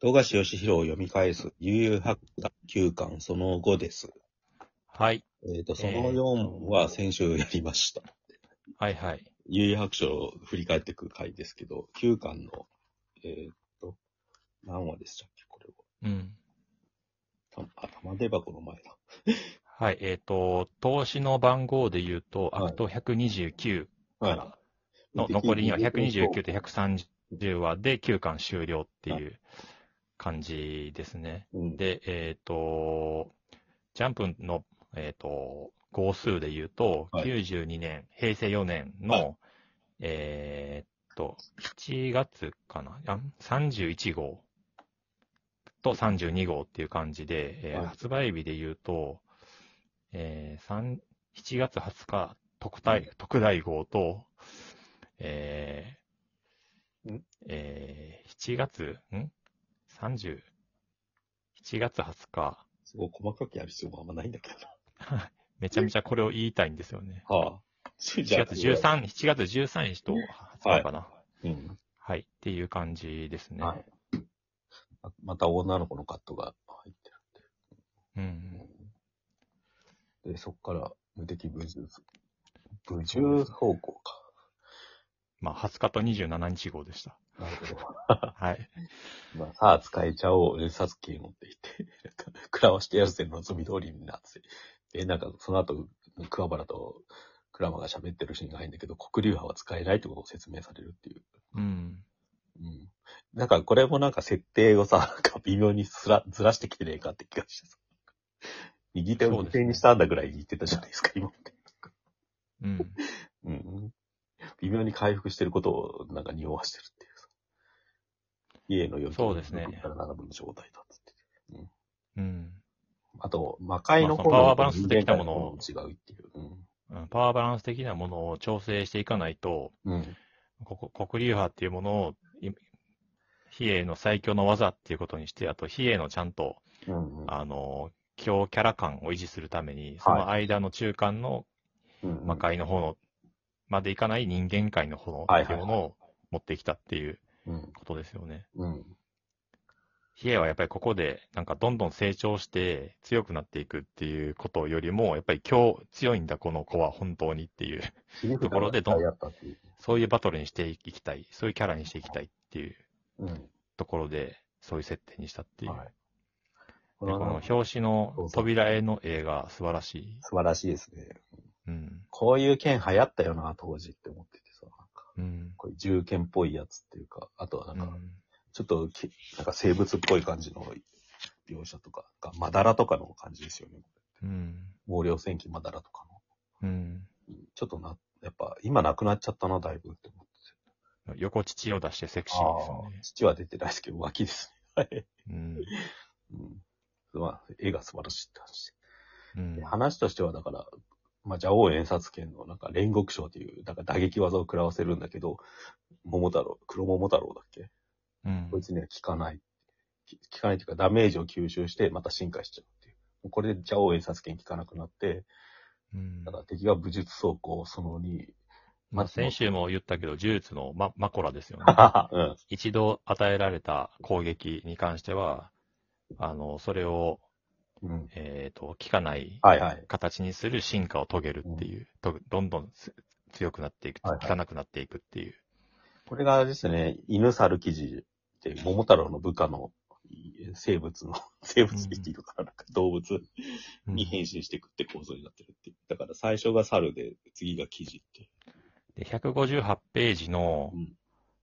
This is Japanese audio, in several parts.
富樫義弘を読み返す、悠々白書9巻その後です。 はい。 その4は先週やりました。 はいはい。 悠々白書を振り返っていく回ですけど、9巻の、何話でしたっけ、これうん。 は。玉手箱の前だ。 はい。投資の番号で言うと、アはい。 クト129かはい。 らの残りには129と130話で9巻終了ってはい。 いう感じですね。 うん。 で、ジャンプの、号数で言うと、 はい。 92年、平成4年はい。 の、7月かな31号と32号っていう感じで、 はい。 発売日で言うと、7月20日特大号と、えん 7月、?30、7月20日、 すごい細かくやる必要もあんまないんだけどな。 めちゃめちゃこれを言いたいんですよね。 はあ。じ 7 ゃあ、 月13、7月13日と発はい。 売かな。 うん。 はい。っていう感じですはね。 い。また女の子のカットが入ってるうっていん。 う。で、そっから無敵武術。武術そうですね。 方向か。 まあ、20日と27日号でした。 なるほど。 はい。 まあ、さあ使えちゃおう、連殺機持っていって、なんか、食らわしてやるぜ、望み通りになって。で、なんか、その後、桑原とクラマが喋ってるシーンが入るんだけど、黒竜派は使えないってことを説明されるっていう。 うん。 うん。なんか、これもなんか設定をさ、なんか微妙にずらしてきてねえかって気がしてさ。右手を犠牲にしそうですね。 たんだぐらい言ってたじゃないですか、今って。 うん。 うん。微妙に回復してることをなんか匂わしてるっていうさ。家の余計そうですに送ったね。 ら7分の状態だっつって。うん。 うん。 あと、魔界まあ、 のそのパワーバ炎と人ランス的な間界の炎もものを、 違うっていう。 パワーバランス的なものを調整していかないと、 うん。うん。 黒竜派っていうものを、比叡の最強の技っていうことにして、あと比叡のちゃんと、 うんうん。 強キャラ感を維持するために、そはい。 の間の中間の魔うんうん。 界の炎までいかない人間界の炎はいはいはい。 っていうものを持ってきたっていううん。 ことですよね。 うん。 比叡はやっぱりここで、なんかどんどん成長して強くなっていくっていうことよりも、やっぱり今日強いんだこの子は本当にっていう切り札ところでが使い合ったっていう。 そういうバトルにしていきたい、そういうキャラにしていきたいっていううん。 ところで、そういう設定にしたっていう。 はい。こで、 のこのなんか、 表紙のそうそう。 扉絵の絵が素晴らしい。 素晴らしいですね。 うん。 こういう剣流行ったよな、当時って思っててさ。なんか、 うん。 こういう銃剣っぽいやつっていうか、あとはなんか、 うん。 ちょっとなんか生物っぽい感じの描写とか、まだらとかの感じですよね。 うん。 毛量戦記まだらとかうん。 の。ちょっとやっぱ今なくなっちゃったな、だいぶって思ってて。 横乳を出してセクシーですよああ、 ね。 父は出てないですけど、脇ですね。はい。 うん。 うん。まあ、絵が素晴らしいって話。でうん。 話としては、だから、まあ、蛇王演殺剣のなんか煉獄章っていう、なんか打撃技を食らわせるんだけど、黒桃太郎だっけうん。 こいつには効かない。効かないっていうか、ダメージを吸収してまた進化しちゃうっていう。これで蛇王演殺剣効かなくなって、 うん。 だから敵が武術走行その2、 まあ、 待ちの、 先週も言ったけど、呪術のマコラですよね。 ははは、うん。 一度与えられた攻撃に関しては、それを、 うん。 効かないはいはい。 形にする進化を遂げるうん。 っていう、どんどん強くなっていく、効はいはい。 かなくなっていくっていう。 これがあれですね、犬猿記事って桃太郎の部下の生物の、生物って言っていいのかな、なんか動物にうん。 変身していくって構造になってるっていう。だから最初が猿で、次が記事って。 で、158ページの、 うん。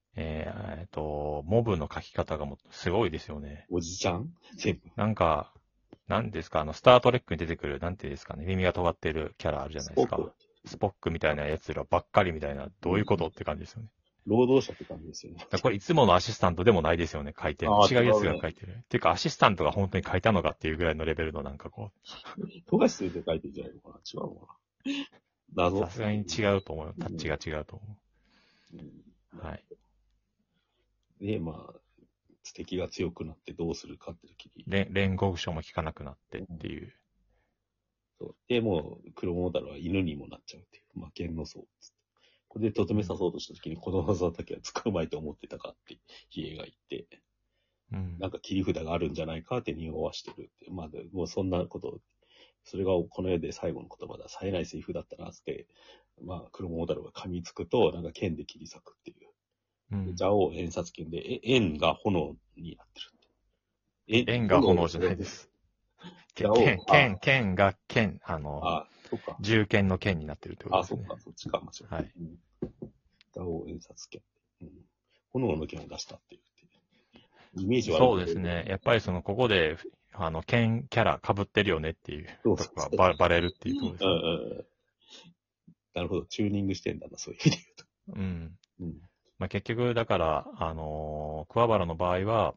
モブの書き方がもうすごいですよね。 おじちゃん全部。 なんか、なんですか、スタートレックに出てくる、なんていうんですかね、耳が尖ってるキャラあるじゃスポークだっないですか。スポックみたいなやつらばっかりみたいな、 け。うん。 どういうことって感じですよね。 労働者って感じですよね。 これいつものアシスタントでもないですよね、書いてるの。 ああ、違違うやつうね。 が書いてる。っていうか、アシスタントが本当に書いたのかっていうぐらいのレベルのなんかこ富樫先生書いてんじゃないのかな違うのかなう、 謎。 さすがに違うと思う。タッチが違うと思うん。 う。はい。 で、まあ、敵が強くなってどうするかって時に。 煉獄書も聞かなくなってっうん。 ていう。 そう。で、もう、黒桃太郎は犬にもなっちゃうっていう。魔剣の層。これでとどめ刺そうとした時に、この技だけは使うまいと思ってたかって、ヒエが言って。 なんか切り札があるんじゃないかって匂わしてるって。まあ、もうそんなこと、それがこの世で最後の言葉だ、冴えないセリフだったなって、まあ、黒桃太郎が噛みつくと、なんか剣で切り裂くっていう。蛇王演殺剣で、円が炎になってる。 円が炎じゃないです。剣が剣、 そっか。 銃剣の剣になってるってことですね。 そっか、そっちか、間違えた。 はい。 蛇王演殺剣。炎の剣を出したっていう。イメージ悪い。 そうですね。やっぱりここで、剣キャラ被ってるよねっていうとこがバレるっていうところですね。 なるほど。チューニングしてんだな、そういう意味で言うと。まあ、結局、だから、桑原の場合は、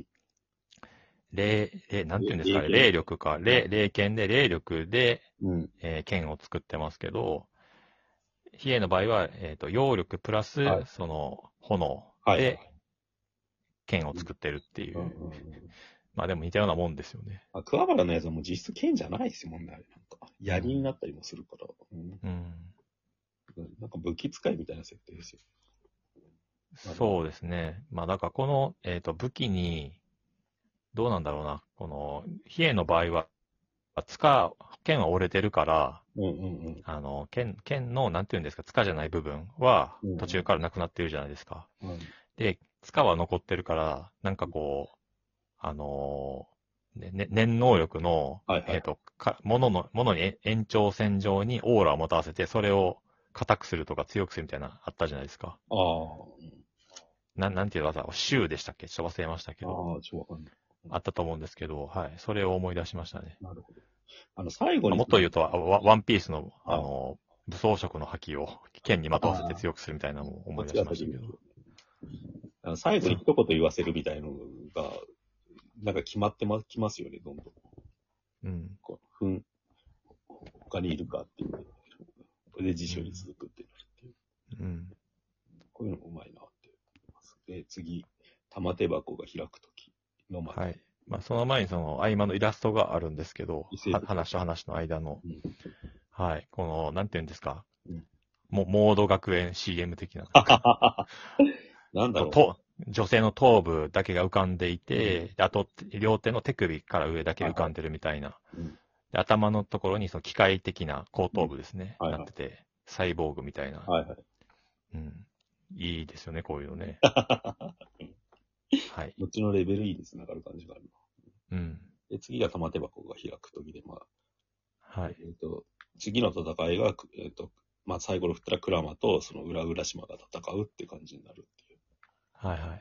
なんていうんですかね、霊力か、霊剣で、霊力で、剣を作ってますけど、比叡の場合は、揚力プラス、炎で、剣を作ってるっていう。まあでも似たようなもんですよね。 桑原のやつはもう実質剣じゃないですもんね、あれなんか。槍になったりもするから。なんか武器使いみたいな設定ですよ。 そうですね。まあだからこの、武器に、どうなんだろうな。この、比叡の場合は、剣は折れてるから、剣の、なんていうんですか、塚じゃない部分は、途中からなくなってるじゃないですか。で、塚は残ってるから、なんかこう、念能力の、ものに延長線上にオーラを持たせて、それを硬くするとか強くするみたいな、あったじゃないですか。なんていう技、州でしたっけちょっと忘れましたけど。あったと思うんですけど、はい。それを思い出しましたね。 なるほど。最後に。 もっと言うと、ワンピースの、武装色の覇気を剣にまとわせて強くするみたいなのを思い出しましたけど。最後に一言言わせるみたいなのが、なんか決まってきますよね、どんどん。他にいるかっていう。これで辞書に続くってなるっていう。こういうのもうまいなって思います。で、次、玉手箱が開くときの前。 はい。まあ、その前に合間のイラストがあるんですけど、話と話の間の。はい。この、なんていうんですか。モード学園 CM 的な。 なんだろう。 女性の頭部だけが浮かんでいて、あと、両手の手首から上だけ浮かんでるみたいな。で頭のところに機械的な後頭部ですね。なってて、サイボーグみたいな。いいですよね、こういうのね。はい。 どっちのレベルいいですね、上がる感じがある。で、次が玉手箱が開くときで、まあ。 はい。 次の戦いが、まあ、最後の振ったらクラマとその裏浦島が戦うって感じになるっていう。 はいはい。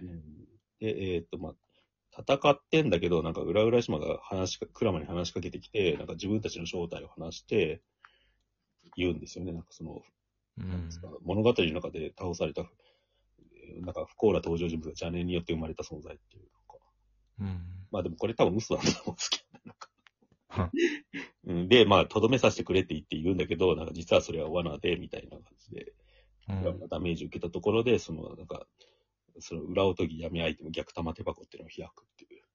で、まあ、戦ってんだけど、なんか裏浦島がクラマに話しかけてきて、なんか自分たちの正体を話して、言うんですよね。なんか物語の中で倒された、なんか不幸な登場人物が邪念によって生まれた存在っていうのか。まあでもこれ多分嘘なんだと思うんですけど、なんかで、まあ、とどめさせてくれって言うんだけど、なんか実はそれは罠で、みたいな感じで、ダメージ受けたところで、なんか、その裏おとぎ闇相手も逆玉手箱っていうのを開くっていう。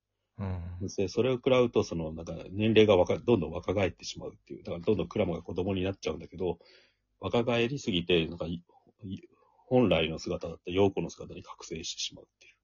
で、それを食らうと、なんか、年齢がどんどん若返ってしまうっていう。だから、どんどんクラマが子供になっちゃうんだけど、若返りすぎて、なんか、本来の姿だった陽子の姿に覚醒してしまうっていう。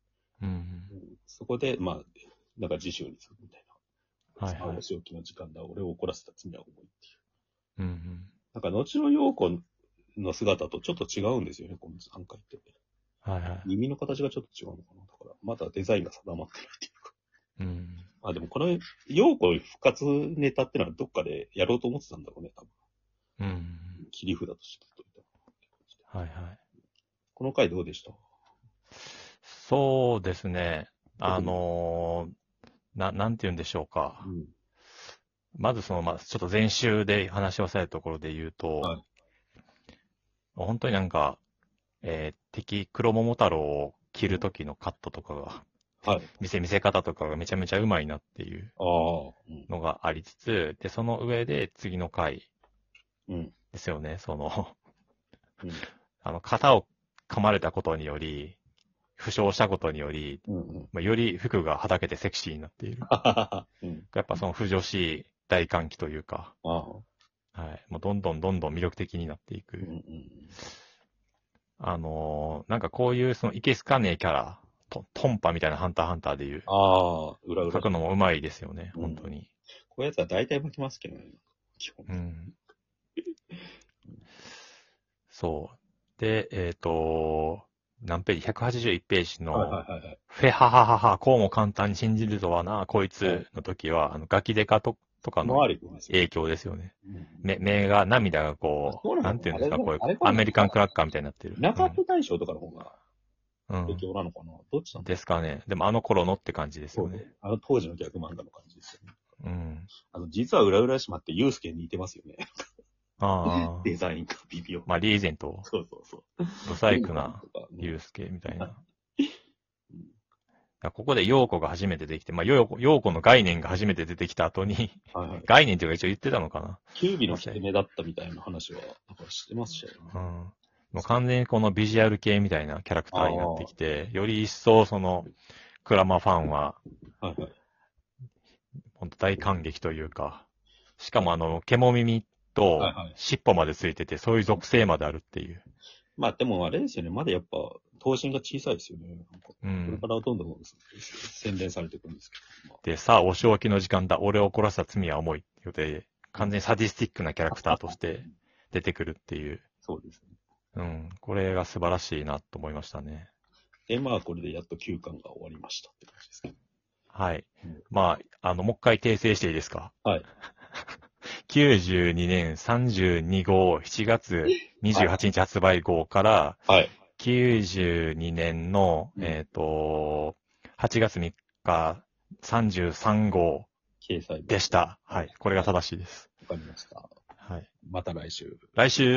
そこで、まあ、なんか自習にするみたいな。お仕置きの時間だ。俺を怒らせた罪は重いっていう。なんか、後の陽子の姿とちょっと違うんですよね、この3回って。耳の形がちょっと違うのかな。だから、まだデザインが定まってないっていうか。まあでも、この陽子復活ネタってのはどっかでやろうと思ってたんだろうね、多分。切り札としてといた。この回どうでした？ そうですね。なんて言うんでしょうか。まずちょっと前週で話をされたところで言うと、本当になんか、敵黒桃太郎を切る時のカットとかが、見せ方とかがめちゃめちゃうまいなっていうのがありつつ、で、その上で次の回ですよね、肩を噛まれたことにより、負傷したことにより、より服がはだけてセクシーになっている。やっぱ不女子大歓喜というか、もうどんどん魅力的になっていく。なんかこういういけすかねえキャラトンパみたいなハンターハンターでいう。 ああ、裏裏。 書くのもうまいですよね、本当に。 こういうやつは大体負けますけどね、基本。 うん。そう。で、何ページ ?181 ページの、フェハハハハ、こうも簡単に信じるとはな、こいつの時は、ガキデカとかの影響ですよね。目が、涙がこう、なんていうんですか、こういう、アメリカンクラッカーみたいになってる。 中戸大将とかの方が、影響なのかな、どっちなんですかね。でもあの頃のって感じですよね。 あの当時の逆漫画の感じですよね。 実は裏浦島ってユースケに似てますよね。 ああ。 デザインかビビオ。 まあ、リーゼント。 そうそうそう。 ブサイクなユースケみたいな。ここでヨーコが初めてできて、まあ、ヨーコの概念が初めて出てきた後に、概念というか一応言ってたのかな。 キュービの攻めだったみたいな話は、知ってますしね。 もう完全にこのビジュアル系みたいなキャラクターになってきて、より一層その、クラマファンは、本当大感激というか、しかも獣耳と尻尾までついてて、そういう属性まであるっていう。 まあでもあれですよね、まだやっぱ、頭身が小さいですよね。これからどんどん洗練されていくんですけど。で、さあ、お仕置きの時間だ。俺を殺した罪は重い。っていうことで、完全にサディスティックなキャラクターとして出てくるっていう。 そうですね。 これが素晴らしいなと思いましたね。 で、まあこれでやっと9巻が終わりましたって感じですけど。 はい。まあ、もう一回訂正していいですか？ はい。 92年32号7月28日発売号から、 はい。 92年の、8月3日33号でした。はい。これが正しいです。 わかりました。 はい。 また来週。 来週。